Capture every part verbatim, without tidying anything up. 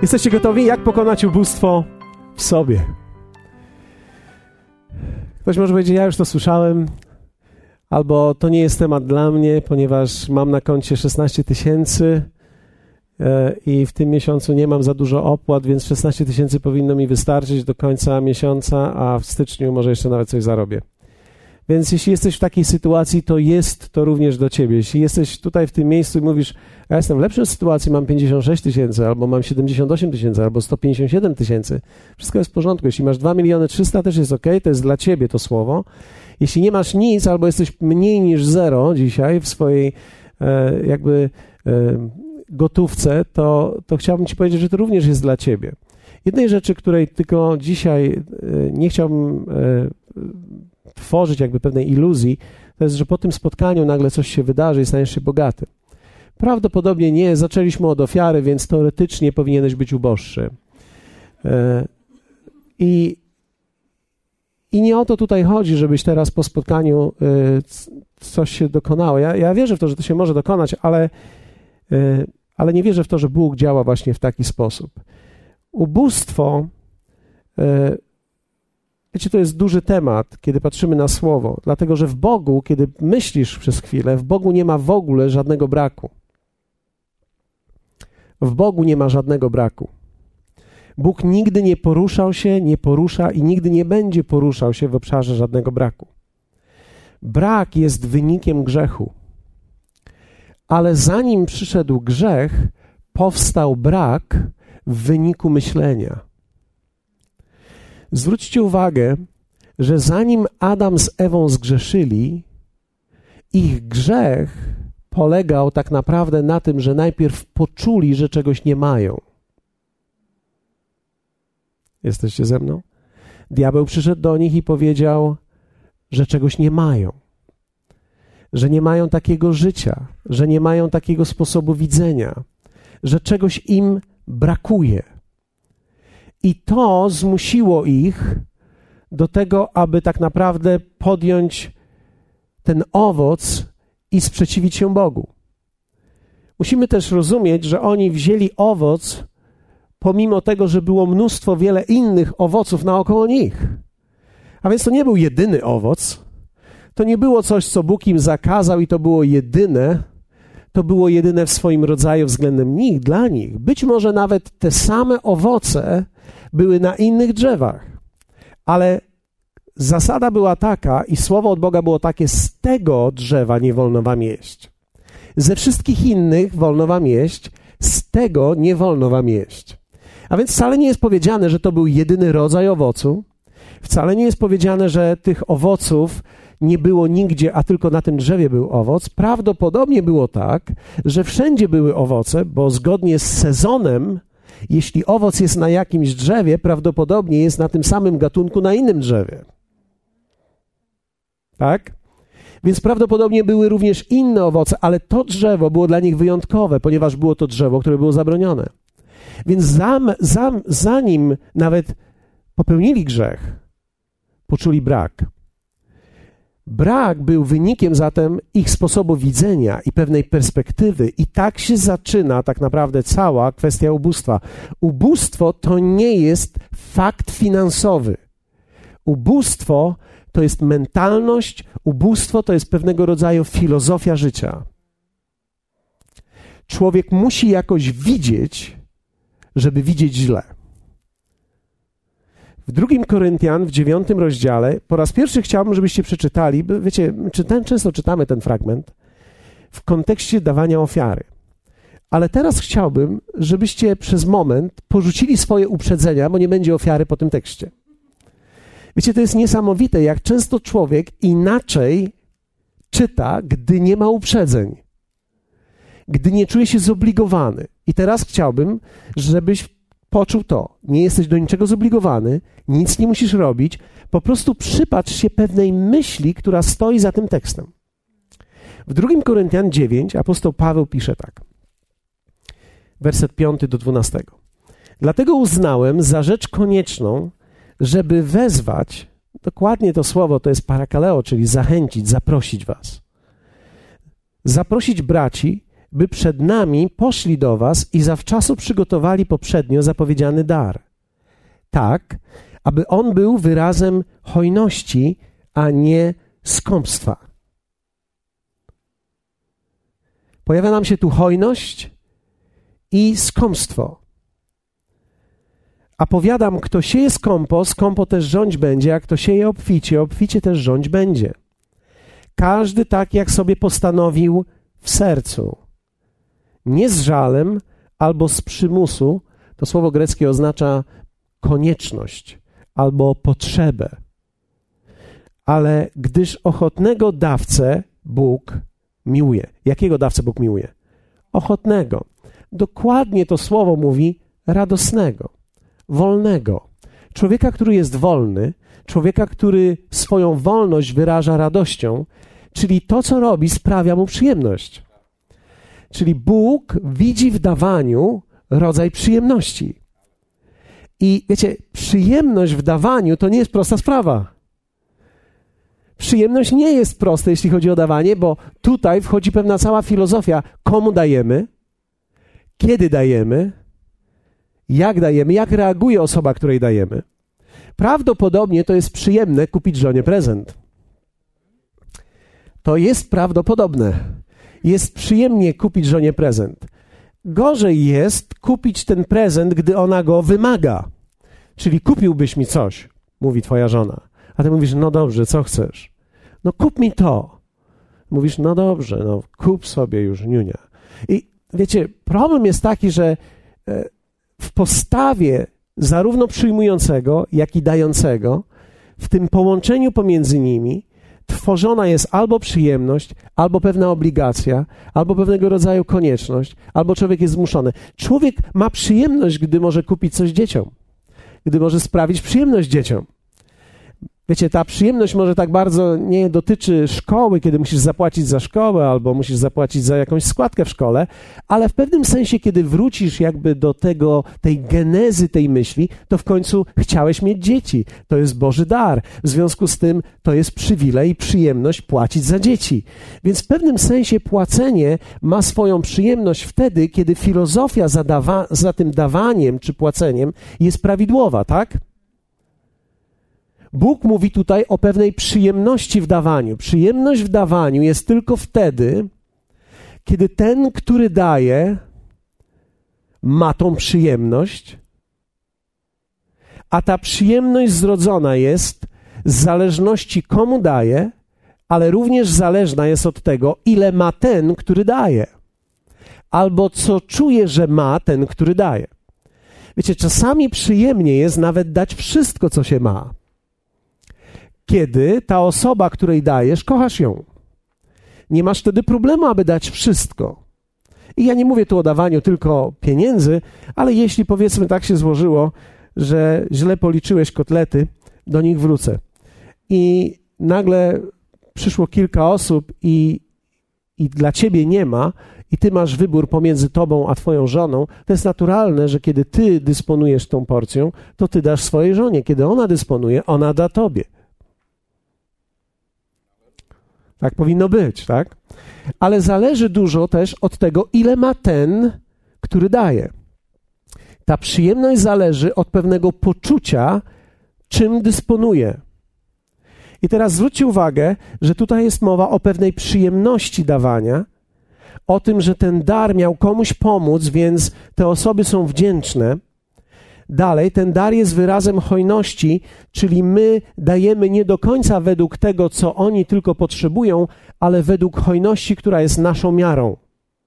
Jesteście gotowi? Jak pokonać ubóstwo w sobie? Ktoś może powiedzieć, ja już to słyszałem, albo to nie jest temat dla mnie, ponieważ mam na koncie szesnaście tysięcy i w tym miesiącu nie mam za dużo opłat, więc szesnaście tysięcy powinno mi wystarczyć do końca miesiąca, a w styczniu może jeszcze nawet coś zarobię. Więc jeśli jesteś w takiej sytuacji, to jest to również do ciebie. Jeśli jesteś tutaj w tym miejscu i mówisz, ja jestem w lepszej sytuacji, mam pięćdziesiąt sześć tysięcy, albo mam siedemdziesiąt osiem tysięcy, albo sto pięćdziesiąt siedem tysięcy, wszystko jest w porządku. Jeśli masz dwa miliony trzysta, też jest ok, to jest dla ciebie to słowo. Jeśli nie masz nic, albo jesteś mniej niż zero dzisiaj w swojej e, jakby e, gotówce, to, to chciałbym ci powiedzieć, że to również jest dla ciebie. Jednej rzeczy, której tylko dzisiaj e, nie chciałbym e, tworzyć jakby pewnej iluzji, to jest, że po tym spotkaniu nagle coś się wydarzy i staniesz się bogaty. Prawdopodobnie nie. Zaczęliśmy od ofiary, więc teoretycznie powinieneś być uboższy. I, i nie o to tutaj chodzi, żebyś teraz po spotkaniu coś się dokonało. Ja, ja wierzę w to, że to się może dokonać, ale, ale nie wierzę w to, że Bóg działa właśnie w taki sposób. Ubóstwo, wiecie, to jest duży temat, kiedy patrzymy na Słowo, dlatego że w Bogu, kiedy myślisz przez chwilę, w Bogu nie ma w ogóle żadnego braku. W Bogu nie ma żadnego braku. Bóg nigdy nie poruszał się, nie porusza i nigdy nie będzie poruszał się w obszarze żadnego braku. Brak jest wynikiem grzechu. Ale zanim przyszedł grzech, powstał brak w wyniku myślenia. Zwróćcie uwagę, że zanim Adam z Ewą zgrzeszyli, ich grzech polegał tak naprawdę na tym, że najpierw poczuli, że czegoś nie mają. Jesteście ze mną? Diabeł przyszedł do nich i powiedział, że czegoś nie mają. Że nie mają takiego życia, że nie mają takiego sposobu widzenia, że czegoś im brakuje. I to zmusiło ich do tego, aby tak naprawdę podjąć ten owoc i sprzeciwić się Bogu. Musimy też rozumieć, że oni wzięli owoc, pomimo tego, że było mnóstwo, wiele innych owoców naokoło nich. A więc to nie był jedyny owoc, to nie było coś, co Bóg im zakazał i to było jedyne, to było jedyne w swoim rodzaju względem nich, dla nich. Być może nawet te same owoce były na innych drzewach, ale zasada była taka i słowo od Boga było takie, z tego drzewa nie wolno wam jeść. Ze wszystkich innych wolno wam jeść, z tego nie wolno wam jeść. A więc wcale nie jest powiedziane, że to był jedyny rodzaj owocu, wcale nie jest powiedziane, że tych owoców nie było nigdzie, a tylko na tym drzewie był owoc. Prawdopodobnie było tak, że wszędzie były owoce, bo zgodnie z sezonem, jeśli owoc jest na jakimś drzewie, prawdopodobnie jest na tym samym gatunku na innym drzewie. Tak? Więc prawdopodobnie były również inne owoce, ale to drzewo było dla nich wyjątkowe, ponieważ było to drzewo, które było zabronione. Więc zam, zam, zanim nawet popełnili grzech, poczuli brak. Brak był wynikiem zatem ich sposobu widzenia i pewnej perspektywy. I tak się zaczyna tak naprawdę cała kwestia ubóstwa. Ubóstwo to nie jest fakt finansowy. Ubóstwo to jest mentalność, ubóstwo to jest pewnego rodzaju filozofia życia. Człowiek musi jakoś widzieć, żeby widzieć źle. W drugim Koryntian, w dziewiątym rozdziale, po raz pierwszy chciałbym, żebyście przeczytali, bo wiecie, czytam, często czytamy ten fragment w kontekście dawania ofiary. Ale teraz chciałbym, żebyście przez moment porzucili swoje uprzedzenia, bo nie będzie ofiary po tym tekście. Wiecie, to jest niesamowite, jak często człowiek inaczej czyta, gdy nie ma uprzedzeń, gdy nie czuje się zobligowany. I teraz chciałbym, żebyś poczuł to. Nie jesteś do niczego zobligowany, nic nie musisz robić, po prostu przypatrz się pewnej myśli, która stoi za tym tekstem. W drugim Koryntian dziewięć apostoł Paweł pisze tak, werset piąty do dwunastego. Dlatego uznałem za rzecz konieczną, żeby wezwać, dokładnie to słowo to jest parakaleo, czyli zachęcić, zaprosić was. Zaprosić braci, by przed nami poszli do was i zawczasu przygotowali poprzednio zapowiedziany dar. Tak, aby on był wyrazem hojności, a nie skąpstwa. Pojawia nam się tu hojność i skąpstwo. A powiadam, kto sieje skąpo, skąpo też rządź będzie, a kto sieje obficie, obficie też rządź będzie. Każdy tak, jak sobie postanowił w sercu. Nie z żalem albo z przymusu. To słowo greckie oznacza konieczność albo potrzebę. Ale gdyż ochotnego dawcę Bóg miłuje. Jakiego dawcę Bóg miłuje? Ochotnego. Dokładnie to słowo mówi radosnego, wolnego. Człowieka, który jest wolny, człowieka, który swoją wolność wyraża radością, czyli to, co robi, sprawia mu przyjemność. Czyli Bóg widzi w dawaniu rodzaj przyjemności. I wiecie, przyjemność w dawaniu to nie jest prosta sprawa. Przyjemność nie jest prosta, jeśli chodzi o dawanie, bo tutaj wchodzi pewna cała filozofia, komu dajemy, kiedy dajemy, jak dajemy, jak reaguje osoba, której dajemy. Prawdopodobnie to jest przyjemne kupić żonie prezent. To jest prawdopodobne. Jest przyjemnie kupić żonie prezent. Gorzej jest kupić ten prezent, gdy ona go wymaga. Czyli kupiłbyś mi coś, mówi twoja żona. A ty mówisz, no dobrze, co chcesz? No kup mi to. Mówisz, no dobrze, no kup sobie już, niunia. I wiecie, problem jest taki, że w postawie zarówno przyjmującego, jak i dającego, w tym połączeniu pomiędzy nimi tworzona jest albo przyjemność, albo pewna obligacja, albo pewnego rodzaju konieczność, albo człowiek jest zmuszony. Człowiek ma przyjemność, gdy może kupić coś dzieciom, gdy może sprawić przyjemność dzieciom. Wiecie, ta przyjemność może tak bardzo nie dotyczy szkoły, kiedy musisz zapłacić za szkołę albo musisz zapłacić za jakąś składkę w szkole, ale w pewnym sensie, kiedy wrócisz jakby do tego, tej genezy tej myśli, to w końcu chciałeś mieć dzieci. To jest Boży dar. W związku z tym to jest przywilej i przyjemność płacić za dzieci. Więc w pewnym sensie płacenie ma swoją przyjemność wtedy, kiedy filozofia za, dawa- za tym dawaniem czy płaceniem jest prawidłowa, tak? Bóg mówi tutaj o pewnej przyjemności w dawaniu. Przyjemność w dawaniu jest tylko wtedy, kiedy ten, który daje, ma tą przyjemność, a ta przyjemność zrodzona jest z zależności, komu daje, ale również zależna jest od tego, ile ma ten, który daje, albo co czuje, że ma ten, który daje. Wiecie, czasami przyjemnie jest nawet dać wszystko, co się ma, kiedy ta osoba, której dajesz, kochasz ją. Nie masz wtedy problemu, aby dać wszystko. I ja nie mówię tu o dawaniu tylko pieniędzy, ale jeśli powiedzmy tak się złożyło, że źle policzyłeś kotlety, do nich wrócę. I nagle przyszło kilka osób i, i dla ciebie nie ma, i ty masz wybór pomiędzy tobą a twoją żoną, to jest naturalne, że kiedy ty dysponujesz tą porcją, to ty dasz swojej żonie. Kiedy ona dysponuje, ona da tobie. Tak powinno być, tak? Ale zależy dużo też od tego, ile ma ten, który daje. Ta przyjemność zależy od pewnego poczucia, czym dysponuje. I teraz zwróćcie uwagę, że tutaj jest mowa o pewnej przyjemności dawania, o tym, że ten dar miał komuś pomóc, więc te osoby są wdzięczne. Dalej, ten dar jest wyrazem hojności, czyli my dajemy nie do końca według tego, co oni tylko potrzebują, ale według hojności, która jest naszą miarą.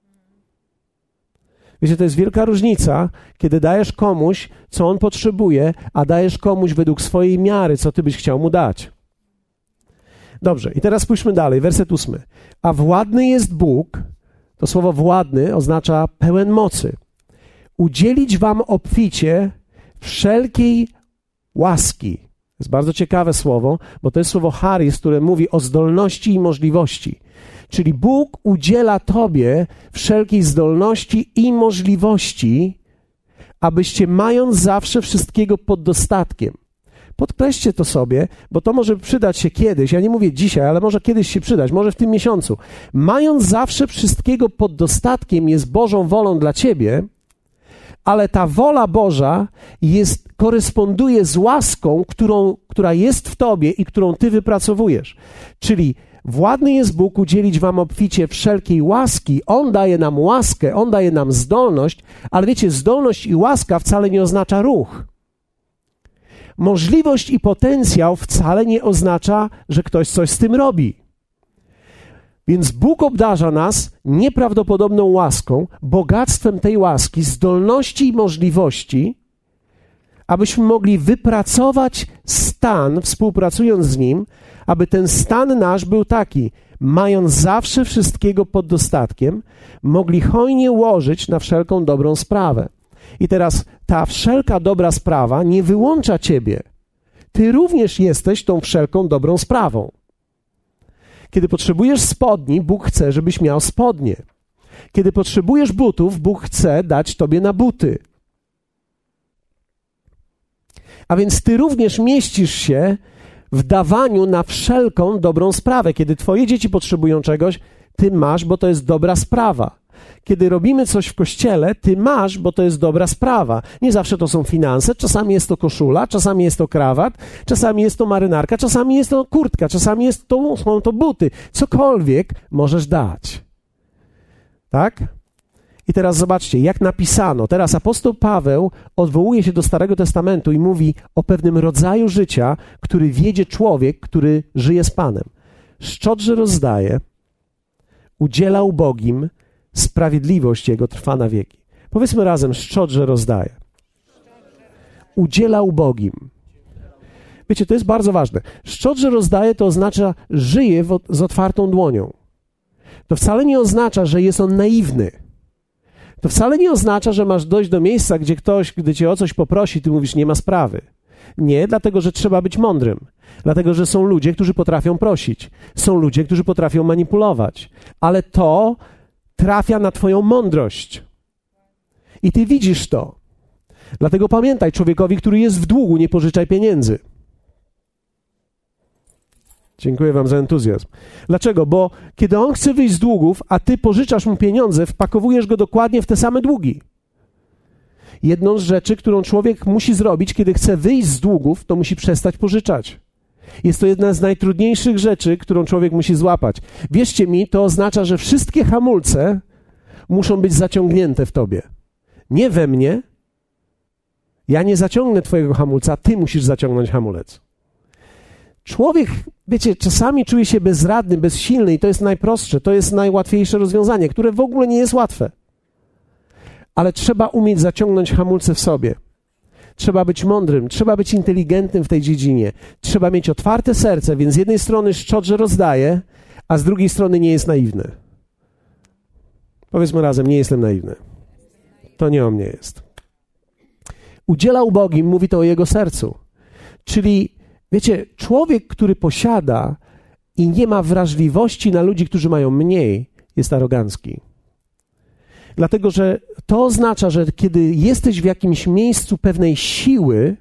Wiecie, to jest wielka różnica, kiedy dajesz komuś, co on potrzebuje, a dajesz komuś według swojej miary, co ty byś chciał mu dać. Dobrze, i teraz spójrzmy dalej, werset ósmy. A władny jest Bóg, to słowo władny oznacza pełen mocy, udzielić wam obficie wszelkiej łaski. To jest bardzo ciekawe słowo, bo to jest słowo charis, które mówi o zdolności i możliwości. Czyli Bóg udziela tobie wszelkiej zdolności i możliwości, abyście mając zawsze wszystkiego pod dostatkiem, podkreślcie to sobie, bo to może przydać się kiedyś, ja nie mówię dzisiaj, ale może kiedyś się przydać, może w tym miesiącu. Mając zawsze wszystkiego pod dostatkiem jest Bożą wolą dla ciebie, ale ta wola Boża jest, koresponduje z łaską, którą, która jest w tobie i którą ty wypracowujesz. Czyli władny jest Bóg udzielić wam obficie wszelkiej łaski. On daje nam łaskę, On daje nam zdolność, ale wiecie, zdolność i łaska wcale nie oznacza ruch. Możliwość i potencjał wcale nie oznacza, że ktoś coś z tym robi. Więc Bóg obdarza nas nieprawdopodobną łaską, bogactwem tej łaski, zdolności i możliwości, abyśmy mogli wypracować stan, współpracując z Nim, aby ten stan nasz był taki, mając zawsze wszystkiego pod dostatkiem, mogli hojnie łożyć na wszelką dobrą sprawę. I teraz ta wszelka dobra sprawa nie wyłącza ciebie. Ty również jesteś tą wszelką dobrą sprawą. Kiedy potrzebujesz spodni, Bóg chce, żebyś miał spodnie. Kiedy potrzebujesz butów, Bóg chce dać tobie na buty. A więc ty również mieścisz się w dawaniu na wszelką dobrą sprawę. Kiedy twoje dzieci potrzebują czegoś, ty masz, bo to jest dobra sprawa. Kiedy robimy coś w kościele, ty masz, bo to jest dobra sprawa. Nie zawsze to są finanse, czasami jest to koszula, czasami jest to krawat, czasami jest to marynarka, czasami jest to kurtka, czasami jest to, są to buty. Cokolwiek możesz dać. Tak? I teraz zobaczcie, jak napisano. Teraz apostoł Paweł odwołuje się do Starego Testamentu i mówi o pewnym rodzaju życia, który wiedzie człowiek, który żyje z Panem. Szczodrze rozdaje, udziela ubogim, sprawiedliwość Jego trwa na wieki. Powiedzmy razem, szczodrze rozdaje. Udziela ubogim. Wiecie, to jest bardzo ważne. Szczodrze rozdaje to oznacza, żyje w, z otwartą dłonią. To wcale nie oznacza, że jest on naiwny. To wcale nie oznacza, że masz dojść do miejsca, gdzie ktoś, gdy cię o coś poprosi, ty mówisz, nie ma sprawy. Nie, dlatego, że trzeba być mądrym. Dlatego, że są ludzie, którzy potrafią prosić. Są ludzie, którzy potrafią manipulować. Ale to trafia na twoją mądrość. I ty widzisz to. Dlatego pamiętaj, człowiekowi, który jest w długu, nie pożyczaj pieniędzy. Dziękuję wam za entuzjazm. Dlaczego? Bo kiedy on chce wyjść z długów, a ty pożyczasz mu pieniądze, wpakowujesz go dokładnie w te same długi. Jedną z rzeczy, którą człowiek musi zrobić, kiedy chce wyjść z długów, to musi przestać pożyczać. Jest to jedna z najtrudniejszych rzeczy, którą człowiek musi złapać. Wierzcie mi, to oznacza, że wszystkie hamulce muszą być zaciągnięte w tobie. Nie we mnie. Ja nie zaciągnę twojego hamulca, ty musisz zaciągnąć hamulec. Człowiek, wiecie, czasami czuje się bezradny, bezsilny i to jest najprostsze, to jest najłatwiejsze rozwiązanie, które w ogóle nie jest łatwe. Ale trzeba umieć zaciągnąć hamulce w sobie. Trzeba być mądrym, trzeba być inteligentnym w tej dziedzinie. Trzeba mieć otwarte serce, więc z jednej strony szczodrze rozdaje, a z drugiej strony nie jest naiwny. Powiedzmy razem, nie jestem naiwny. To nie o mnie jest. Udziela ubogim, mówi to o jego sercu. Czyli, wiecie, człowiek, który posiada i nie ma wrażliwości na ludzi, którzy mają mniej, jest arogancki. Dlatego, że to oznacza, że kiedy jesteś w jakimś miejscu pewnej siły,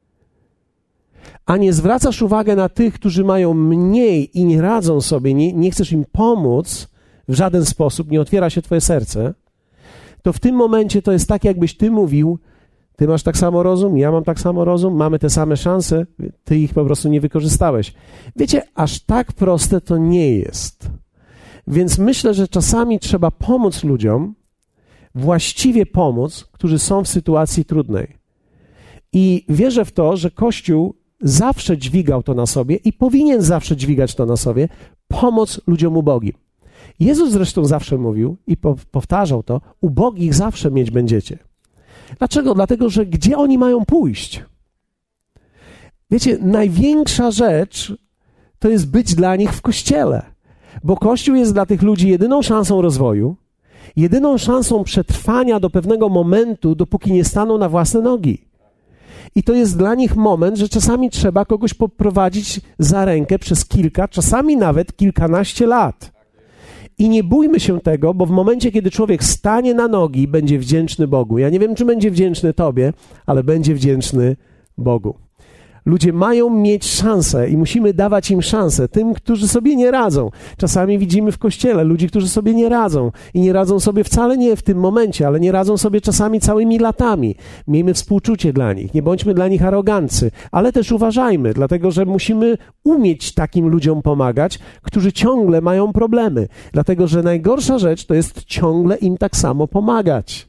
a nie zwracasz uwagę na tych, którzy mają mniej i nie radzą sobie, nie, nie chcesz im pomóc w żaden sposób, nie otwiera się twoje serce, to w tym momencie to jest tak, jakbyś ty mówił, ty masz tak samo rozum, ja mam tak samo rozum, mamy te same szanse, ty ich po prostu nie wykorzystałeś. Wiecie, aż tak proste to nie jest. Więc myślę, że czasami trzeba pomóc ludziom, właściwie pomóc, którzy są w sytuacji trudnej. I wierzę w to, że Kościół zawsze dźwigał to na sobie i powinien zawsze dźwigać to na sobie, pomoc ludziom ubogim. Jezus zresztą zawsze mówił i po, powtarzał to, ubogich zawsze mieć będziecie. Dlaczego? Dlatego, że gdzie oni mają pójść? Wiecie, największa rzecz to jest być dla nich w Kościele, bo Kościół jest dla tych ludzi jedyną szansą rozwoju, jedyną szansą przetrwania do pewnego momentu, dopóki nie staną na własne nogi. I to jest dla nich moment, że czasami trzeba kogoś poprowadzić za rękę przez kilka, czasami nawet kilkanaście lat. I nie bójmy się tego, bo w momencie, kiedy człowiek stanie na nogi, będzie wdzięczny Bogu. Ja nie wiem, czy będzie wdzięczny Tobie, ale będzie wdzięczny Bogu. Ludzie mają mieć szansę i musimy dawać im szansę. Tym, którzy sobie nie radzą. Czasami widzimy w kościele ludzi, którzy sobie nie radzą i nie radzą sobie wcale nie w tym momencie, ale nie radzą sobie czasami całymi latami. Miejmy współczucie dla nich, nie bądźmy dla nich arogancy, ale też uważajmy, dlatego że musimy umieć takim ludziom pomagać, którzy ciągle mają problemy. Dlatego, że najgorsza rzecz to jest ciągle im tak samo pomagać.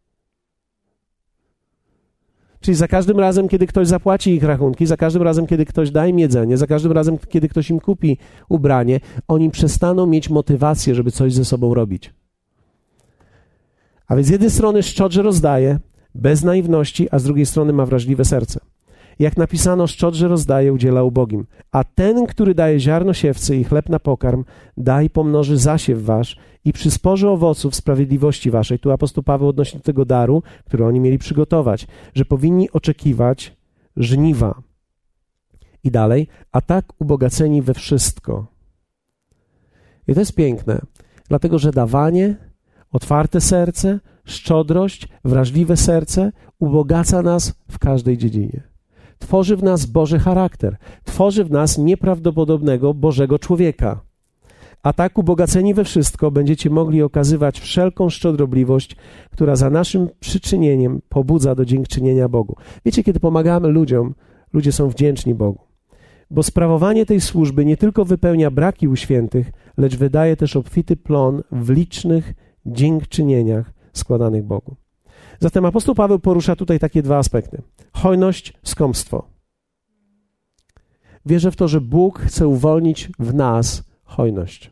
Czyli za każdym razem, kiedy ktoś zapłaci ich rachunki, za każdym razem, kiedy ktoś da im jedzenie, za każdym razem, kiedy ktoś im kupi ubranie, oni przestaną mieć motywację, żeby coś ze sobą robić. A więc z jednej strony szczodrze rozdaje, bez naiwności, a z drugiej strony ma wrażliwe serce. Jak napisano, szczodrze rozdaje, udziela ubogim. A ten, który daje ziarno siewcy i chleb na pokarm, da i pomnoży zasiew wasz i przysporzy owoców sprawiedliwości waszej. Tu apostoł Paweł odnosi do tego daru, który oni mieli przygotować, że powinni oczekiwać żniwa. I dalej, a tak ubogaceni we wszystko. I to jest piękne, dlatego że dawanie, otwarte serce, szczodrość, wrażliwe serce ubogaca nas w każdej dziedzinie. Tworzy w nas Boży charakter, tworzy w nas nieprawdopodobnego Bożego człowieka. A tak ubogaceni we wszystko będziecie mogli okazywać wszelką szczodrobliwość, która za naszym przyczynieniem pobudza do dziękczynienia Bogu. Wiecie, kiedy pomagamy ludziom, ludzie są wdzięczni Bogu. Bo sprawowanie tej służby nie tylko wypełnia braki u świętych, lecz wydaje też obfity plon w licznych dziękczynieniach składanych Bogu. Zatem apostoł Paweł porusza tutaj takie dwa aspekty. Hojność, skąpstwo. Wierzę w to, że Bóg chce uwolnić w nas hojność.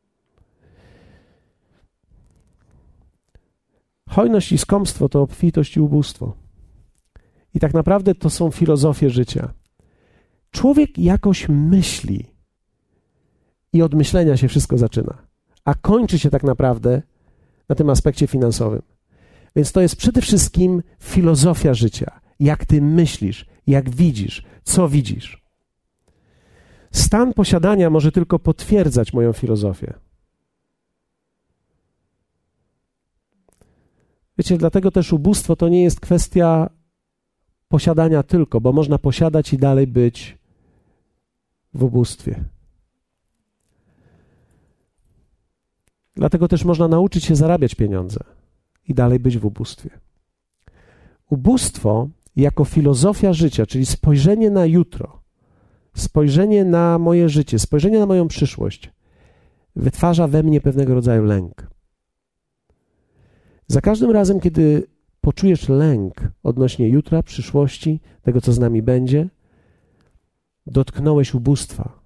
Hojność i skąpstwo to obfitość i ubóstwo. I tak naprawdę to są filozofie życia. Człowiek jakoś myśli i od myślenia się wszystko zaczyna, a kończy się tak naprawdę na tym aspekcie finansowym. Więc to jest przede wszystkim filozofia życia. Jak ty myślisz, jak widzisz, co widzisz. Stan posiadania może tylko potwierdzać moją filozofię. Wiecie, dlatego też ubóstwo to nie jest kwestia posiadania tylko, bo można posiadać i dalej być w ubóstwie. Dlatego też można nauczyć się zarabiać pieniądze i dalej być w ubóstwie. Ubóstwo jako filozofia życia, czyli spojrzenie na jutro, spojrzenie na moje życie, spojrzenie na moją przyszłość, wytwarza we mnie pewnego rodzaju lęk. Za każdym razem, kiedy poczujesz lęk odnośnie jutra, przyszłości, tego, co z nami będzie, dotknąłeś ubóstwa.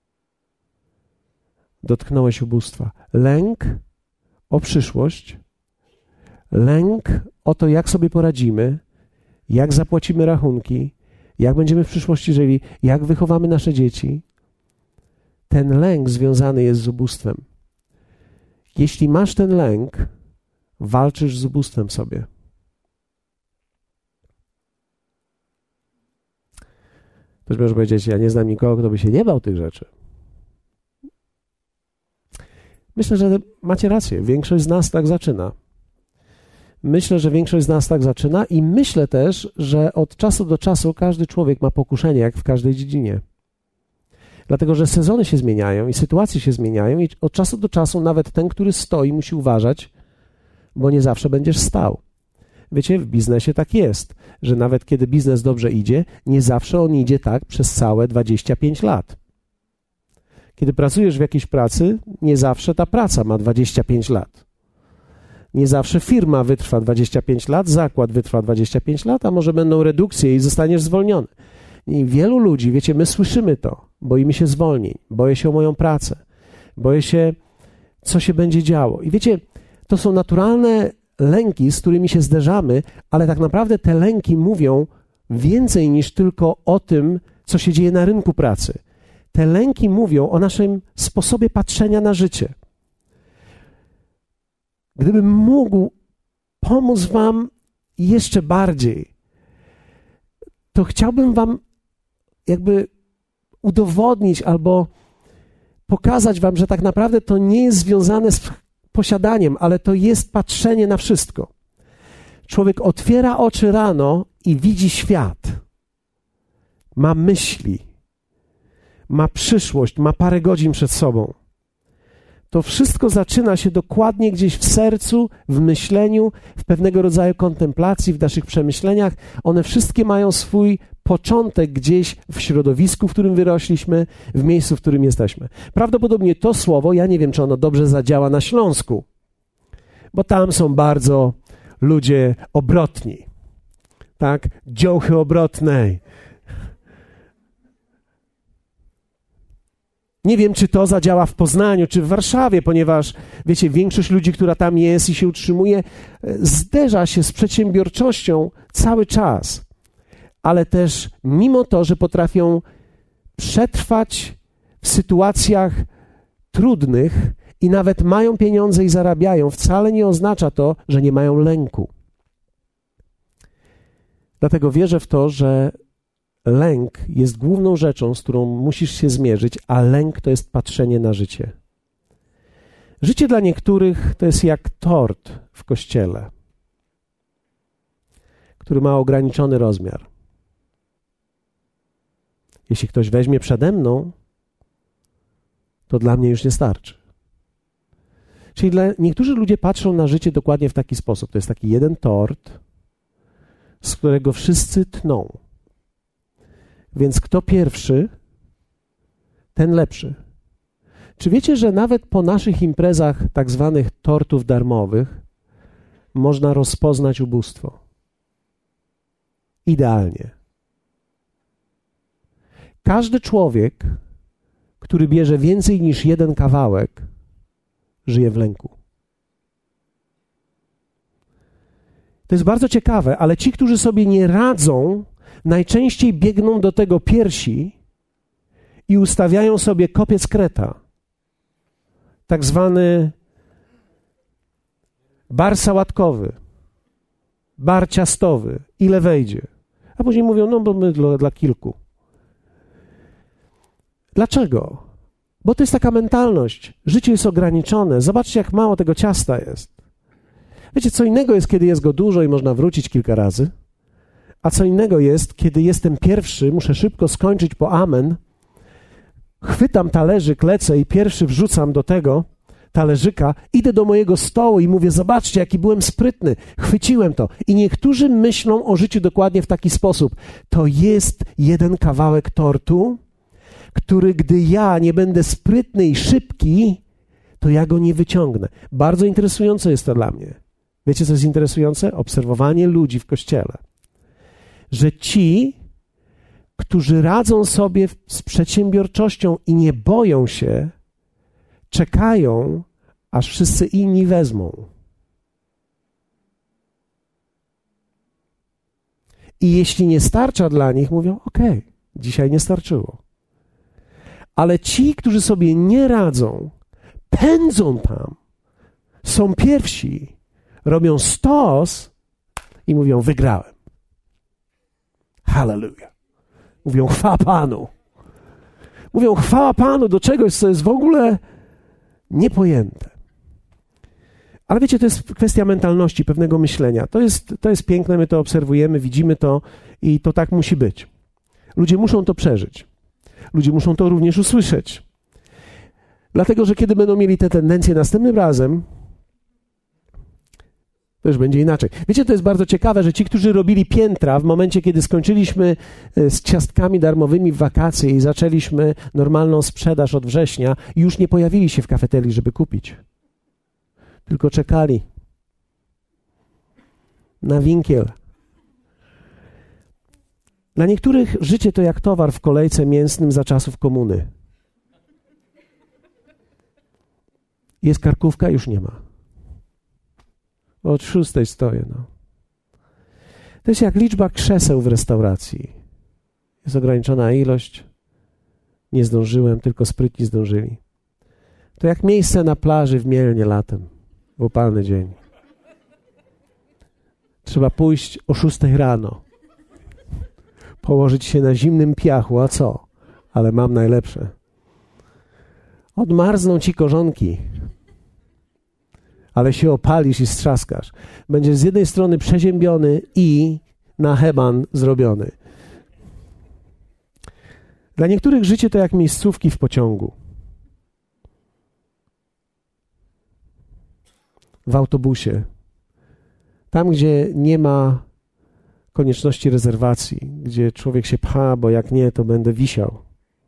Dotknąłeś ubóstwa. Lęk o przyszłość, lęk o to, jak sobie poradzimy, jak zapłacimy rachunki, jak będziemy w przyszłości żyli, jak wychowamy nasze dzieci. Ten lęk związany jest z ubóstwem. Jeśli masz ten lęk, walczysz z ubóstwem sobie. Ktoś może powiedzieć, ja nie znam nikogo, kto by się nie bał tych rzeczy. Myślę, że macie rację. Większość z nas tak zaczyna. Myślę, że większość z nas tak zaczyna i myślę też, że od czasu do czasu każdy człowiek ma pokuszenie, jak w każdej dziedzinie. Dlatego, że sezony się zmieniają i sytuacje się zmieniają i od czasu do czasu nawet ten, który stoi, musi uważać, bo nie zawsze będziesz stał. Wiecie, w biznesie tak jest, że nawet kiedy biznes dobrze idzie, nie zawsze on idzie tak przez całe dwadzieścia pięć lat. Kiedy pracujesz w jakiejś pracy, nie zawsze ta praca ma dwadzieścia pięć lat. Nie zawsze firma wytrwa dwadzieścia pięć lat, zakład wytrwa dwadzieścia pięć lat, a może będą redukcje i zostaniesz zwolniony. I wielu ludzi, wiecie, my słyszymy to, boimy się zwolnień, boję się o moją pracę, boję się, co się będzie działo. I wiecie, to są naturalne lęki, z którymi się zderzamy, ale tak naprawdę te lęki mówią więcej niż tylko o tym, co się dzieje na rynku pracy. Te lęki mówią o naszym sposobie patrzenia na życie. Gdybym mógł pomóc wam jeszcze bardziej, to chciałbym wam jakby udowodnić albo pokazać wam, że tak naprawdę to nie jest związane z posiadaniem, ale to jest patrzenie na wszystko. Człowiek otwiera oczy rano i widzi świat. ma myśli, ma przyszłość, ma parę godzin przed sobą. To wszystko zaczyna się dokładnie gdzieś w sercu, w myśleniu, w pewnego rodzaju kontemplacji, w naszych przemyśleniach. One wszystkie mają swój początek gdzieś w środowisku, w którym wyrośliśmy, w miejscu, w którym jesteśmy. Prawdopodobnie to słowo, ja nie wiem, czy ono dobrze zadziała na Śląsku, bo tam są bardzo ludzie obrotni, tak? Dziołchy obrotnej. Nie wiem, czy to zadziała w Poznaniu, czy w Warszawie, ponieważ, wiecie, większość ludzi, która tam jest i się utrzymuje, zderza się z przedsiębiorczością cały czas. Ale też mimo to, że potrafią przetrwać w sytuacjach trudnych i nawet mają pieniądze i zarabiają, wcale nie oznacza to, że nie mają lęku. Dlatego wierzę w to, że lęk jest główną rzeczą, z którą musisz się zmierzyć, a lęk to jest patrzenie na życie. Życie dla niektórych to jest jak tort w kościele, który ma ograniczony rozmiar. Jeśli ktoś weźmie przede mną, to dla mnie już nie starczy. Czyli dla, niektórzy ludzie patrzą na życie dokładnie w taki sposób. To jest taki jeden tort, z którego wszyscy tną. Więc kto pierwszy, ten lepszy. Czy wiecie, że nawet po naszych imprezach tak zwanych tortów darmowych można rozpoznać ubóstwo? Idealnie. Każdy człowiek, który bierze więcej niż jeden kawałek, żyje w lęku. To jest bardzo ciekawe, ale ci, którzy sobie nie radzą, najczęściej biegną do tego piersi i ustawiają sobie kopiec kreta, tak zwany bar sałatkowy, bar ciastowy, ile wejdzie. A później mówią, no bo my dla, dla kilku. Dlaczego? Bo to jest taka mentalność. Życie jest ograniczone. Zobaczcie, jak mało tego ciasta jest. Wiecie, co innego jest, kiedy jest go dużo i można wrócić kilka razy, a co innego jest, kiedy jestem pierwszy, muszę szybko skończyć po amen, chwytam talerzyk, lecę i pierwszy wrzucam do tego talerzyka, idę do mojego stołu i mówię, zobaczcie, jaki byłem sprytny, chwyciłem to. I niektórzy myślą o życiu dokładnie w taki sposób. To jest jeden kawałek tortu, który gdy ja nie będę sprytny i szybki, to ja go nie wyciągnę. Bardzo interesujące jest to dla mnie. Wiecie, co jest interesujące? Obserwowanie ludzi w kościele. Że ci, którzy radzą sobie z przedsiębiorczością i nie boją się, czekają, aż wszyscy inni wezmą. I jeśli nie starcza dla nich, mówią, okej, okay, dzisiaj nie starczyło. Ale ci, którzy sobie nie radzą, pędzą tam, są pierwsi, robią stos i mówią, wygrałem. Hallelujah. Mówią, chwała Panu. Mówią, chwała Panu do czegoś, co jest w ogóle niepojęte. Ale wiecie, to jest kwestia mentalności, pewnego myślenia. To jest, to jest piękne, my to obserwujemy, widzimy to i to tak musi być. Ludzie muszą to przeżyć. Ludzie muszą to również usłyszeć. Dlatego, że kiedy będą mieli te tendencje następnym razem, to już będzie inaczej. Wiecie, to jest bardzo ciekawe, że ci, którzy robili piętra w momencie, kiedy skończyliśmy z ciastkami darmowymi w wakacje i zaczęliśmy normalną sprzedaż od września, już nie pojawili się w kafeterii, żeby kupić. Tylko czekali na winkiel. Dla niektórych życie to jak towar w kolejce mięsnym za czasów komuny. Jest karkówka, już nie ma. Od szóstej stoję, no. To jest jak liczba krzeseł w restauracji. Jest ograniczona ilość. Nie zdążyłem, tylko sprytni zdążyli. To jak miejsce na plaży w Mielnie latem, w upalny dzień. Trzeba pójść o szóstej rano. Położyć się na zimnym piachu, a co? Ale mam najlepsze. Odmarzną ci korzonki, ale się opalisz i strzaskasz. Będziesz z jednej strony przeziębiony i na heban zrobiony. Dla niektórych życie to jak miejscówki w pociągu, w autobusie, tam, gdzie nie ma konieczności rezerwacji, gdzie człowiek się pcha, bo jak nie, to będę wisiał.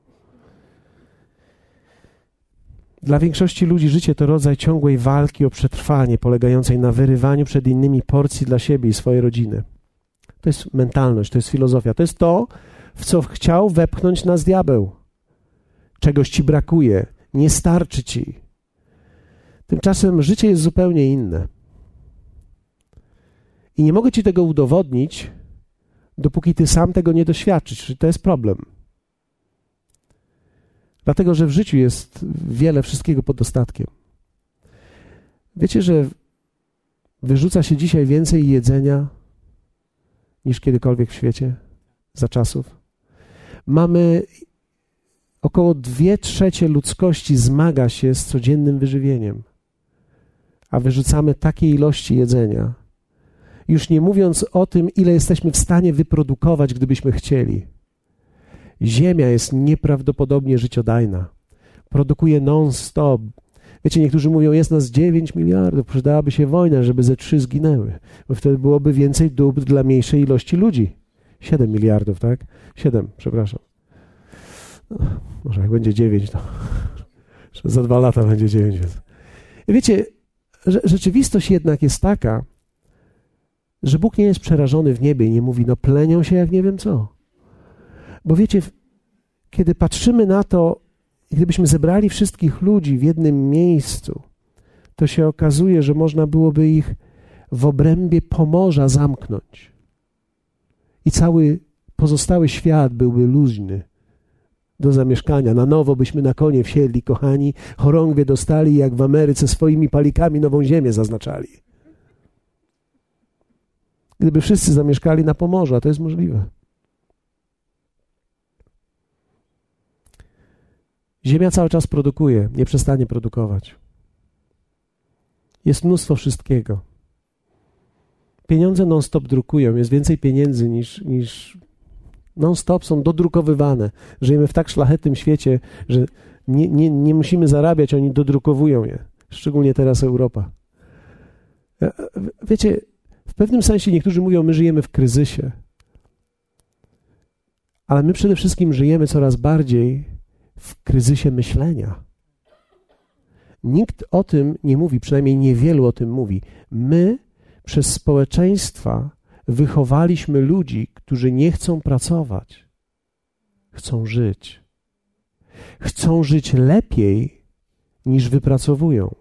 Dla większości ludzi życie to rodzaj ciągłej walki o przetrwanie, polegającej na wyrywaniu przed innymi porcji dla siebie i swojej rodziny. To jest mentalność, to jest filozofia, to jest to, w co chciał wepchnąć nas diabeł. Czegoś ci brakuje, nie starczy ci. Tymczasem życie jest zupełnie inne. I nie mogę ci tego udowodnić, dopóki ty sam tego nie doświadczysz. Czyli to jest problem. Dlatego, że w życiu jest wiele wszystkiego pod dostatkiem. Wiecie, że wyrzuca się dzisiaj więcej jedzenia niż kiedykolwiek w świecie za czasów? Mamy około dwie trzecie ludzkości zmaga się z codziennym wyżywieniem, a wyrzucamy takie ilości jedzenia. Już nie mówiąc o tym, ile jesteśmy w stanie wyprodukować, gdybyśmy chcieli. Ziemia jest nieprawdopodobnie życiodajna. Produkuje non-stop. Wiecie, niektórzy mówią, jest nas dziewięć miliardów, przydałaby się wojna, żeby ze trzy zginęły, bo wtedy byłoby więcej dóbr dla mniejszej ilości ludzi. siedem miliardów, tak? siedem, przepraszam. No, może jak będzie dziewięć, to za dwa lata będzie dziewięć. I wiecie, że, rzeczywistość jednak jest taka, że Bóg nie jest przerażony w niebie i nie mówi, no plenią się jak nie wiem co. Bo wiecie, kiedy patrzymy na to, gdybyśmy zebrali wszystkich ludzi w jednym miejscu, to się okazuje, że można byłoby ich w obrębie Pomorza zamknąć. I cały pozostały świat byłby luźny do zamieszkania. Na nowo byśmy na konie wsiedli, kochani, chorągwie dostali, jak w Ameryce swoimi palikami nową ziemię zaznaczali. Gdyby wszyscy zamieszkali na Pomorzu, a to jest możliwe. Ziemia cały czas produkuje, nie przestanie produkować. Jest mnóstwo wszystkiego. Pieniądze non-stop drukują, jest więcej pieniędzy niż, niż non-stop są dodrukowywane. Żyjemy w tak szlachetnym świecie, że nie, nie, nie musimy zarabiać, oni dodrukowują je. Szczególnie teraz Europa. Wiecie, w pewnym sensie niektórzy mówią, my żyjemy w kryzysie. Ale my przede wszystkim żyjemy coraz bardziej w kryzysie myślenia. Nikt o tym nie mówi, przynajmniej niewielu o tym mówi. My przez społeczeństwa wychowaliśmy ludzi, którzy nie chcą pracować. Chcą żyć. Chcą żyć lepiej niż wypracowują.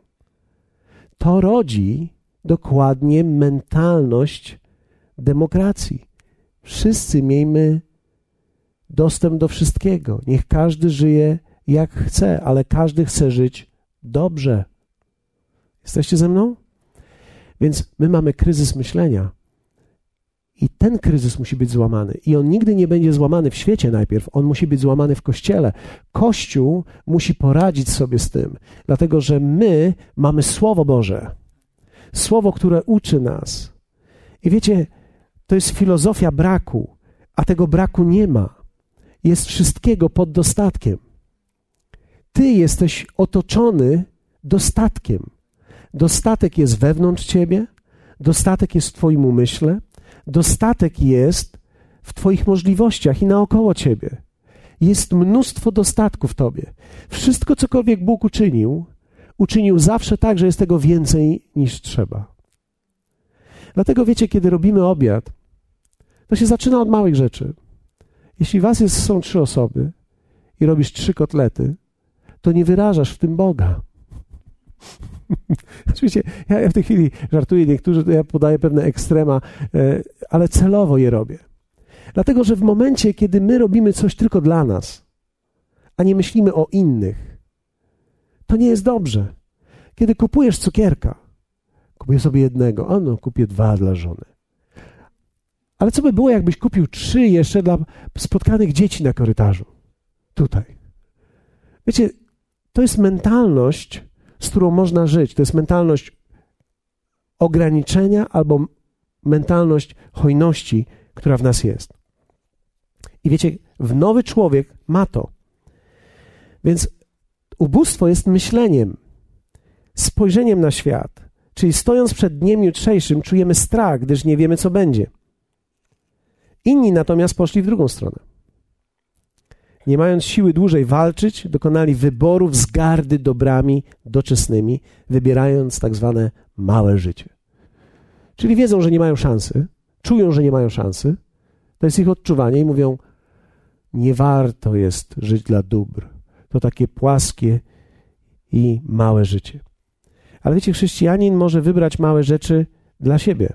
To rodzi dokładnie mentalność demokracji. Wszyscy miejmy dostęp do wszystkiego. Niech każdy żyje jak chce, ale każdy chce żyć dobrze. Jesteście ze mną? Więc my mamy kryzys myślenia. I ten kryzys musi być złamany. I on nigdy nie będzie złamany w świecie najpierw. On musi być złamany w Kościele. Kościół musi poradzić sobie z tym. Dlatego, że my mamy Słowo Boże. Słowo, które uczy nas. I wiecie, to jest filozofia braku, a tego braku nie ma. Jest wszystkiego pod dostatkiem. Ty jesteś otoczony dostatkiem. Dostatek jest wewnątrz ciebie, dostatek jest w twoim umyśle, dostatek jest w twoich możliwościach i naokoło ciebie. Jest mnóstwo dostatku w tobie. Wszystko, cokolwiek Bóg uczynił, uczynił zawsze tak, że jest tego więcej niż trzeba. Dlatego wiecie, kiedy robimy obiad, to się zaczyna od małych rzeczy. Jeśli was jest, są trzy osoby i robisz trzy kotlety, to nie wyrażasz w tym Boga. Oczywiście ja, ja w tej chwili żartuję, niektórzy, to ja podaję pewne ekstrema, ale celowo je robię. Dlatego, że w momencie, kiedy my robimy coś tylko dla nas, a nie myślimy o innych, to nie jest dobrze. Kiedy kupujesz cukierka, kupuję sobie jednego, a no, kupię dwa dla żony. Ale co by było, jakbyś kupił trzy jeszcze dla spotkanych dzieci na korytarzu? Tutaj. Wiecie, to jest mentalność, z którą można żyć. To jest mentalność ograniczenia albo mentalność hojności, która w nas jest. I wiecie, w nowy człowiek ma to. Więc ubóstwo jest myśleniem, spojrzeniem na świat. Czyli stojąc przed dniem jutrzejszym czujemy strach, gdyż nie wiemy, co będzie. Inni natomiast poszli w drugą stronę. Nie mając siły dłużej walczyć, dokonali wyboru wzgardy dobrami doczesnymi, wybierając tak zwane małe życie. Czyli wiedzą, że nie mają szansy, czują, że nie mają szansy, to jest ich odczuwanie i mówią, nie warto jest żyć dla dóbr. To takie płaskie i małe życie. Ale wiecie, chrześcijanin może wybrać małe rzeczy dla siebie.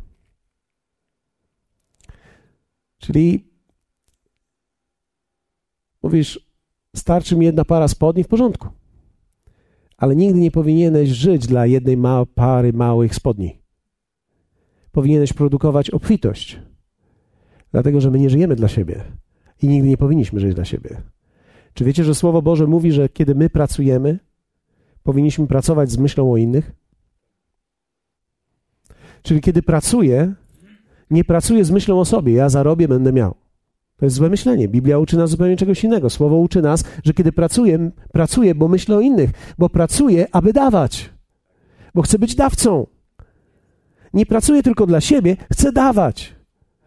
Czyli mówisz, starczy mi jedna para spodni, w porządku. Ale nigdy nie powinieneś żyć dla jednej ma- pary małych spodni. Powinieneś produkować obfitość. Dlatego, że my nie żyjemy dla siebie. I nigdy nie powinniśmy żyć dla siebie. Czy wiecie, że Słowo Boże mówi, że kiedy my pracujemy, powinniśmy pracować z myślą o innych? Czyli kiedy pracuję, nie pracuję z myślą o sobie. Ja zarobię, będę miał. To jest złe myślenie. Biblia uczy nas zupełnie czegoś innego. Słowo uczy nas, że kiedy pracuję, pracuję, bo myślę o innych. Bo pracuję, aby dawać. Bo chcę być dawcą. Nie pracuję tylko dla siebie, chcę dawać.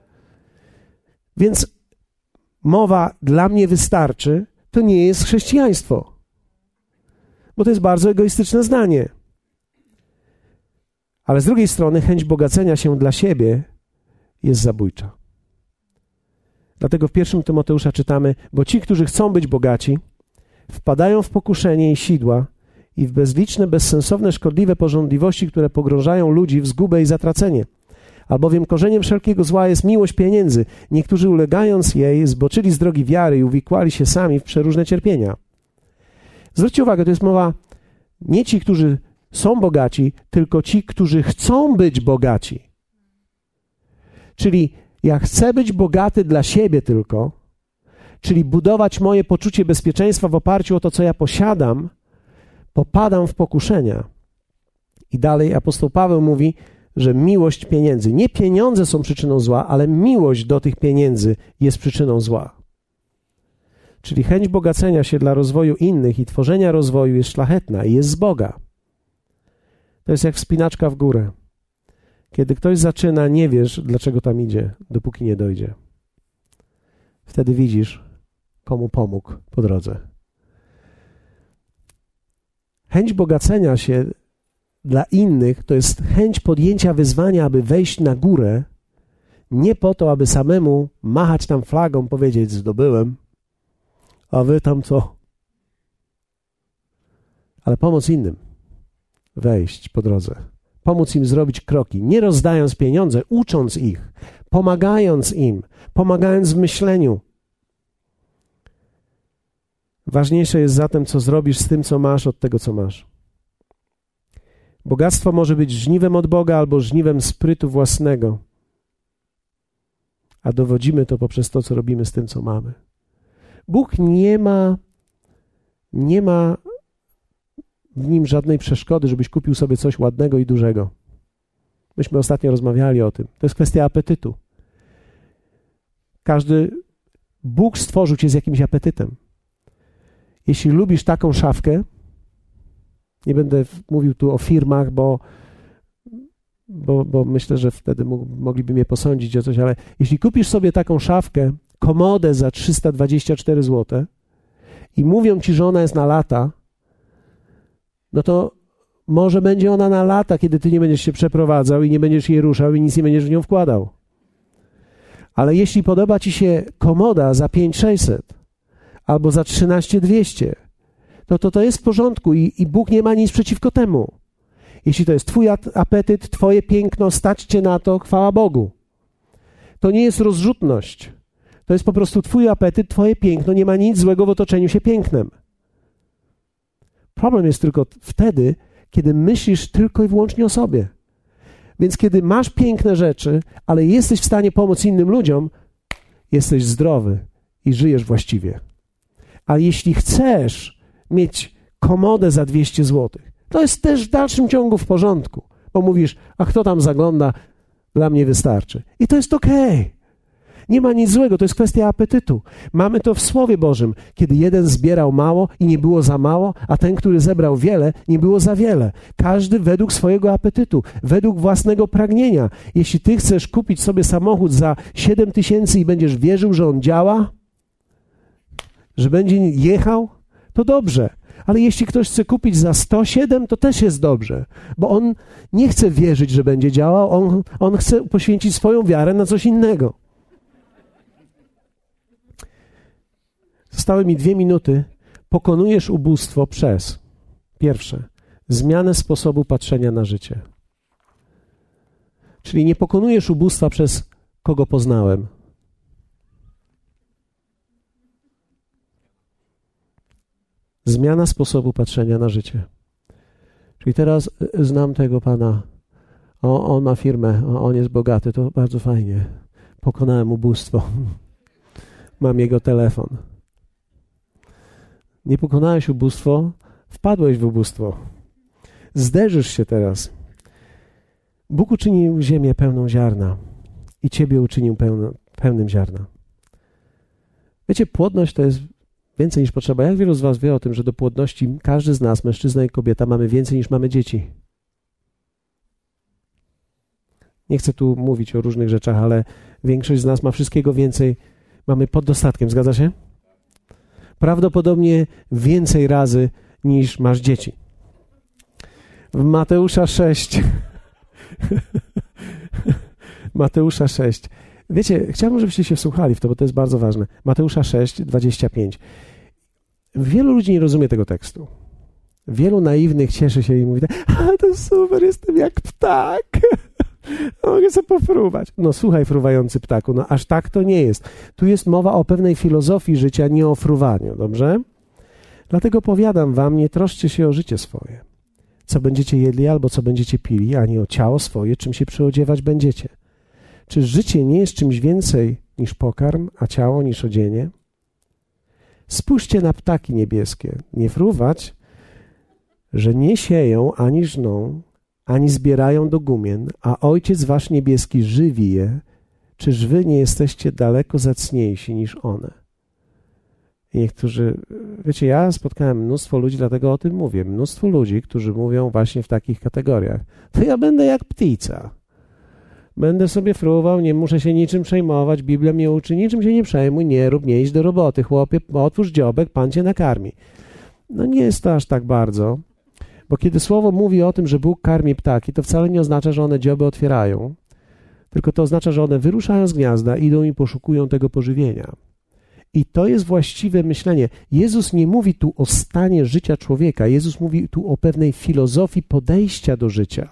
Więc mowa dla mnie wystarczy, to nie jest chrześcijaństwo. Bo to jest bardzo egoistyczne zdanie. Ale z drugiej strony chęć bogacenia się dla siebie jest zabójcza. Dlatego w pierwszym Tymoteusza czytamy, bo ci, którzy chcą być bogaci, wpadają w pokuszenie i sidła i w bezliczne, bezsensowne, szkodliwe pożądliwości, które pogrążają ludzi w zgubę i zatracenie. Albowiem korzeniem wszelkiego zła jest miłość pieniędzy. Niektórzy ulegając jej zboczyli z drogi wiary i uwikłali się sami w przeróżne cierpienia. Zwróćcie uwagę, to jest mowa nie ci, którzy są bogaci, tylko ci, którzy chcą być bogaci. Czyli ja chcę być bogaty dla siebie tylko, czyli budować moje poczucie bezpieczeństwa w oparciu o to, co ja posiadam, popadam w pokuszenia. I dalej apostoł Paweł mówi, że miłość pieniędzy, nie pieniądze są przyczyną zła, ale miłość do tych pieniędzy jest przyczyną zła. Czyli chęć bogacenia się dla rozwoju innych i tworzenia rozwoju jest szlachetna i jest z Boga. To jest jak wspinaczka w górę. Kiedy ktoś zaczyna, nie wiesz, dlaczego tam idzie, dopóki nie dojdzie. Wtedy widzisz, komu pomógł po drodze. Chęć bogacenia się dla innych to jest chęć podjęcia wyzwania, aby wejść na górę, nie po to, aby samemu machać tam flagą, powiedzieć, zdobyłem, a wy tam co? Ale pomóc innym wejść po drodze. Pomóc im zrobić kroki, nie rozdając pieniądze, ucząc ich, pomagając im, pomagając w myśleniu. Ważniejsze jest zatem, co zrobisz z tym, co masz, od tego, co masz. Bogactwo może być żniwem od Boga albo żniwem sprytu własnego, a dowodzimy to poprzez to, co robimy z tym, co mamy. Bóg nie ma, nie ma w nim żadnej przeszkody, żebyś kupił sobie coś ładnego i dużego. Myśmy ostatnio rozmawiali o tym. To jest kwestia apetytu. Każdy, Bóg stworzył cię z jakimś apetytem. Jeśli lubisz taką szafkę, nie będę mówił tu o firmach, bo, bo, bo myślę, że wtedy mogliby mnie posądzić o coś, ale jeśli kupisz sobie taką szafkę, komodę za trzysta dwadzieścia cztery złote i mówią ci, że ona jest na lata, no to może będzie ona na lata, kiedy ty nie będziesz się przeprowadzał i nie będziesz jej ruszał i nic nie będziesz w nią wkładał. Ale jeśli podoba ci się komoda za pięć tysięcy sześćset albo za trzynaście tysięcy dwieście, to, to to jest w porządku i, i Bóg nie ma nic przeciwko temu. Jeśli to jest twój apetyt, twoje piękno, stać cię na to, chwała Bogu. To nie jest rozrzutność. To jest po prostu twój apetyt, twoje piękno. Nie ma nic złego w otoczeniu się pięknem. Problem jest tylko wtedy, kiedy myślisz tylko i wyłącznie o sobie. Więc kiedy masz piękne rzeczy, ale jesteś w stanie pomóc innym ludziom, jesteś zdrowy i żyjesz właściwie. A jeśli chcesz mieć komodę za dwieście złotych, to jest też w dalszym ciągu w porządku, bo mówisz, a kto tam zagląda, dla mnie wystarczy. I to jest okej. Nie ma nic złego, to jest kwestia apetytu. Mamy to w Słowie Bożym, kiedy jeden zbierał mało i nie było za mało, a ten, który zebrał wiele, nie było za wiele. Każdy według swojego apetytu, według własnego pragnienia. Jeśli ty chcesz kupić sobie samochód za siedem tysięcy i będziesz wierzył, że on działa, że będzie jechał, to dobrze. Ale jeśli ktoś chce kupić za sto siedem, to też jest dobrze, bo on nie chce wierzyć, że będzie działał, on, on chce poświęcić swoją wiarę na coś innego. Zostały mi dwie minuty. Pokonujesz ubóstwo przez, pierwsze, zmianę sposobu patrzenia na życie. Czyli nie pokonujesz ubóstwa przez kogo poznałem. Zmiana sposobu patrzenia na życie. Czyli teraz znam tego pana. O, on ma firmę, o, on jest bogaty, to bardzo fajnie. Pokonałem ubóstwo. Mam jego telefon. Nie pokonałeś ubóstwo, wpadłeś w ubóstwo. Zderzysz się teraz. Bóg uczynił ziemię pełną ziarna i ciebie uczynił pełno, pełnym ziarna. Wiecie, płodność to jest więcej niż potrzeba. Jak wielu z was wie o tym, że do płodności każdy z nas, mężczyzna i kobieta, mamy więcej niż mamy dzieci? Nie chcę tu mówić o różnych rzeczach, ale większość z nas ma wszystkiego więcej. Mamy pod dostatkiem, zgadza się? Prawdopodobnie więcej razy niż masz dzieci. W Mateusza sześć. Mateusza sześć. Wiecie, chciałbym, żebyście się wsłuchali w to, bo to jest bardzo ważne. Mateusza sześć, dwadzieścia pięć. Wielu ludzi nie rozumie tego tekstu. Wielu naiwnych cieszy się i mówi, a to super, jestem jak ptak. Mogę sobie pofruwać. No słuchaj, fruwający ptaku, no aż tak to nie jest. Tu jest mowa o pewnej filozofii życia, nie o fruwaniu, dobrze? Dlatego powiadam wam, nie troszczcie się o życie swoje. Co będziecie jedli albo co będziecie pili, ani o ciało swoje, czym się przyodziewać będziecie. Czy życie nie jest czymś więcej niż pokarm, a ciało niż odzienie? Spójrzcie na ptaki niebieskie. Nie fruwać, że nie sieją ani żną, ani zbierają do gumien, a Ojciec wasz niebieski żywi je. Czyż wy nie jesteście daleko zacniejsi niż one? I niektórzy, wiecie, ja spotkałem mnóstwo ludzi, dlatego o tym mówię, mnóstwo ludzi, którzy mówią właśnie w takich kategoriach. To ja będę jak ptica. Będę sobie fruwał, nie muszę się niczym przejmować, Biblia mnie uczy, niczym się nie przejmuj, nie rób, nie idź do roboty, chłopie, otwórz dziobek, Pan cię nakarmi. No nie jest to aż tak bardzo, bo kiedy Słowo mówi o tym, że Bóg karmi ptaki, to wcale nie oznacza, że one dzioby otwierają, tylko to oznacza, że one wyruszają z gniazda, idą i poszukują tego pożywienia. I to jest właściwe myślenie. Jezus nie mówi tu o stanie życia człowieka, Jezus mówi tu o pewnej filozofii podejścia do życia.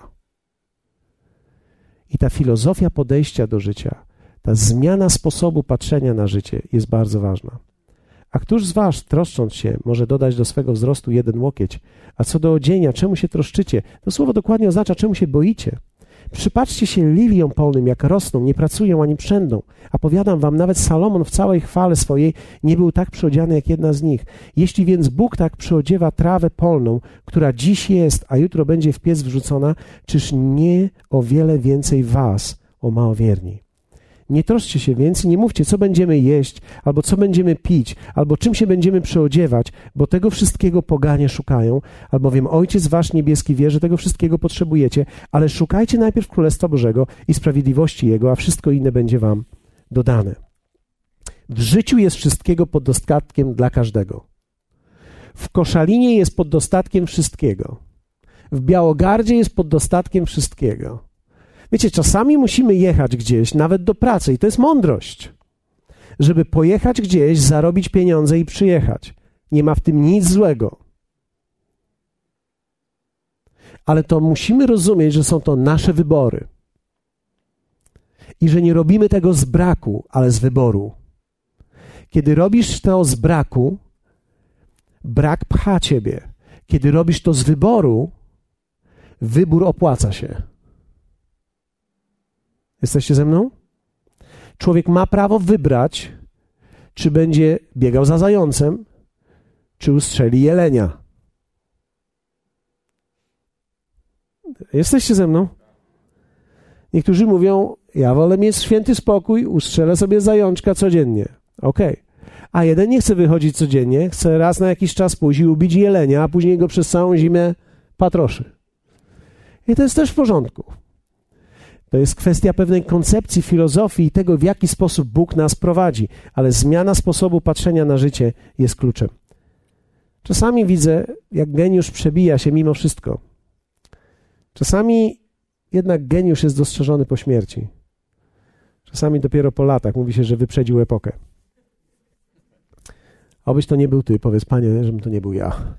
I ta filozofia podejścia do życia, ta zmiana sposobu patrzenia na życie jest bardzo ważna. A któż z was, troszcząc się, może dodać do swego wzrostu jeden łokieć? A co do odzienia, czemu się troszczycie? To słowo dokładnie oznacza, czemu się boicie. Przypatrzcie się liliom polnym, jak rosną, nie pracują ani przędą. A powiadam wam, nawet Salomon w całej chwale swojej nie był tak przyodziany jak jedna z nich. Jeśli więc Bóg tak przyodziewa trawę polną, która dziś jest, a jutro będzie w piec wrzucona, czyż nie o wiele więcej was, o małowierni? Nie troszczcie się więc i nie mówcie, co będziemy jeść, albo co będziemy pić, albo czym się będziemy przyodziewać, bo tego wszystkiego poganie szukają, albowiem Ojciec wasz niebieski wie, że tego wszystkiego potrzebujecie, ale szukajcie najpierw Królestwa Bożego i sprawiedliwości Jego, a wszystko inne będzie wam dodane. W życiu jest wszystkiego pod dostatkiem dla każdego. W Koszalinie jest pod dostatkiem wszystkiego. W Białogardzie jest pod dostatkiem wszystkiego. Wiecie, czasami musimy jechać gdzieś, nawet do pracy i to jest mądrość, żeby pojechać gdzieś, zarobić pieniądze i przyjechać. Nie ma w tym nic złego. Ale to musimy rozumieć, że są to nasze wybory i że nie robimy tego z braku, ale z wyboru. Kiedy robisz to z braku, brak pcha ciebie. Kiedy robisz to z wyboru, wybór opłaca się. Jesteście ze mną? Człowiek ma prawo wybrać, czy będzie biegał za zającem, czy ustrzeli jelenia. Jesteście ze mną? Niektórzy mówią, ja wolę mieć święty spokój, ustrzelę sobie zajączka codziennie. Okej. Okay. A jeden nie chce wychodzić codziennie, chce raz na jakiś czas pójść i ubić jelenia, a później go przez całą zimę patroszy. I to jest też w porządku. To jest kwestia pewnej koncepcji, filozofii i tego, w jaki sposób Bóg nas prowadzi. Ale zmiana sposobu patrzenia na życie jest kluczem. Czasami widzę, jak geniusz przebija się mimo wszystko. Czasami jednak geniusz jest dostrzeżony po śmierci. Czasami dopiero po latach mówi się, że wyprzedził epokę. Obyś to nie był ty, powiedz Panie, żebym to nie był ja.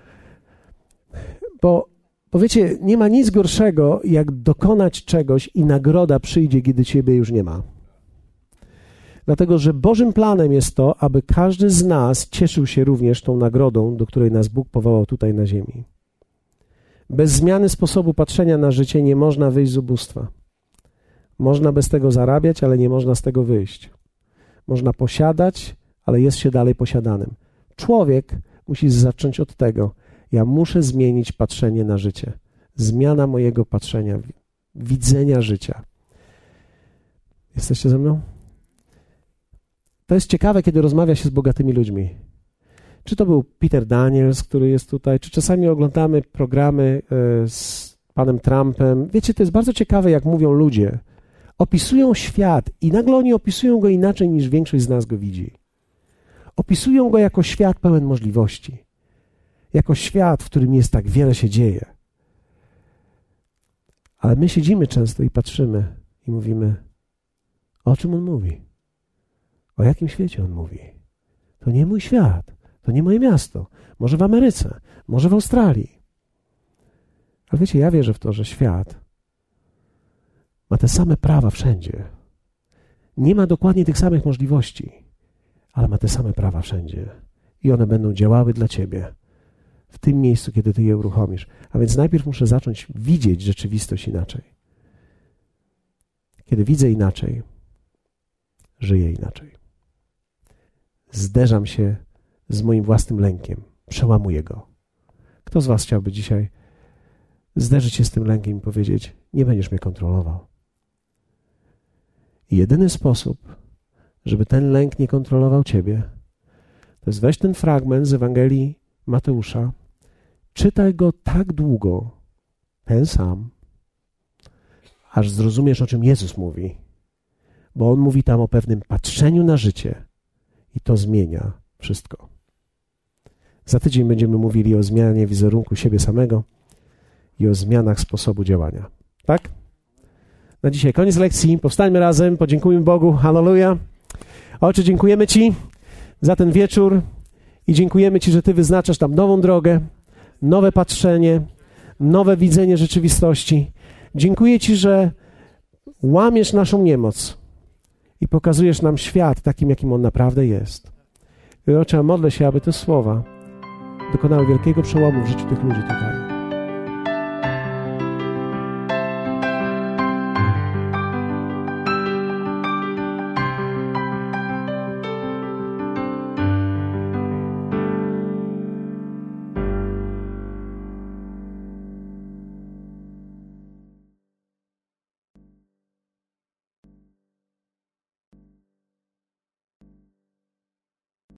Bo, bo wiecie, nie ma nic gorszego, jak dokonać czegoś i nagroda przyjdzie, kiedy ciebie już nie ma. Dlatego, że Bożym planem jest to, aby każdy z nas cieszył się również tą nagrodą, do której nas Bóg powołał tutaj na ziemi. Bez zmiany sposobu patrzenia na życie nie można wyjść z ubóstwa. Można bez tego zarabiać, ale nie można z tego wyjść. Można posiadać, ale jest się dalej posiadanym. Człowiek musi zacząć od tego. Ja muszę zmienić patrzenie na życie. Zmiana mojego patrzenia, widzenia życia. Jesteście ze mną? To jest ciekawe, kiedy rozmawia się z bogatymi ludźmi. Czy to był Peter Daniels, który jest tutaj, czy czasami oglądamy programy z panem Trumpem. Wiecie, to jest bardzo ciekawe, jak mówią ludzie. Opisują świat i nagle oni opisują go inaczej, niż większość z nas go widzi. Opisują go jako świat pełen możliwości. Jako świat, w którym jest tak wiele się dzieje. Ale my siedzimy często i patrzymy i mówimy, o czym on mówi? O jakim świecie on mówi? To nie mój świat, to nie moje miasto. Może w Ameryce, może w Australii. Ale wiecie, ja wierzę w to, że świat ma te same prawa wszędzie. Nie ma dokładnie tych samych możliwości, ale ma te same prawa wszędzie. I one będą działały dla ciebie w tym miejscu, kiedy ty je uruchomisz. A więc najpierw muszę zacząć widzieć rzeczywistość inaczej. Kiedy widzę inaczej, żyję inaczej. Zderzam się z moim własnym lękiem. Przełamuję go. Kto z was chciałby dzisiaj zderzyć się z tym lękiem i powiedzieć, nie będziesz mnie kontrolował? I jedyny sposób, żeby ten lęk nie kontrolował ciebie, to jest weź ten fragment z Ewangelii Mateusza, czytaj go tak długo, ten sam, aż zrozumiesz, o czym Jezus mówi. Bo On mówi tam o pewnym patrzeniu na życie i to zmienia wszystko. Za tydzień będziemy mówili o zmianie wizerunku siebie samego i o zmianach sposobu działania. Tak? Na dzisiaj koniec lekcji. Powstańmy razem, podziękujmy Bogu. Halleluja. Ojcze, dziękujemy Ci za ten wieczór i dziękujemy Ci, że Ty wyznaczasz tam nową drogę, nowe patrzenie, nowe widzenie rzeczywistości. Dziękuję Ci, że łamiesz naszą niemoc i pokazujesz nam świat takim, jakim on naprawdę jest. I Ojcze, modlę się, aby te słowa dokonały wielkiego przełomu w życiu tych ludzi tutaj.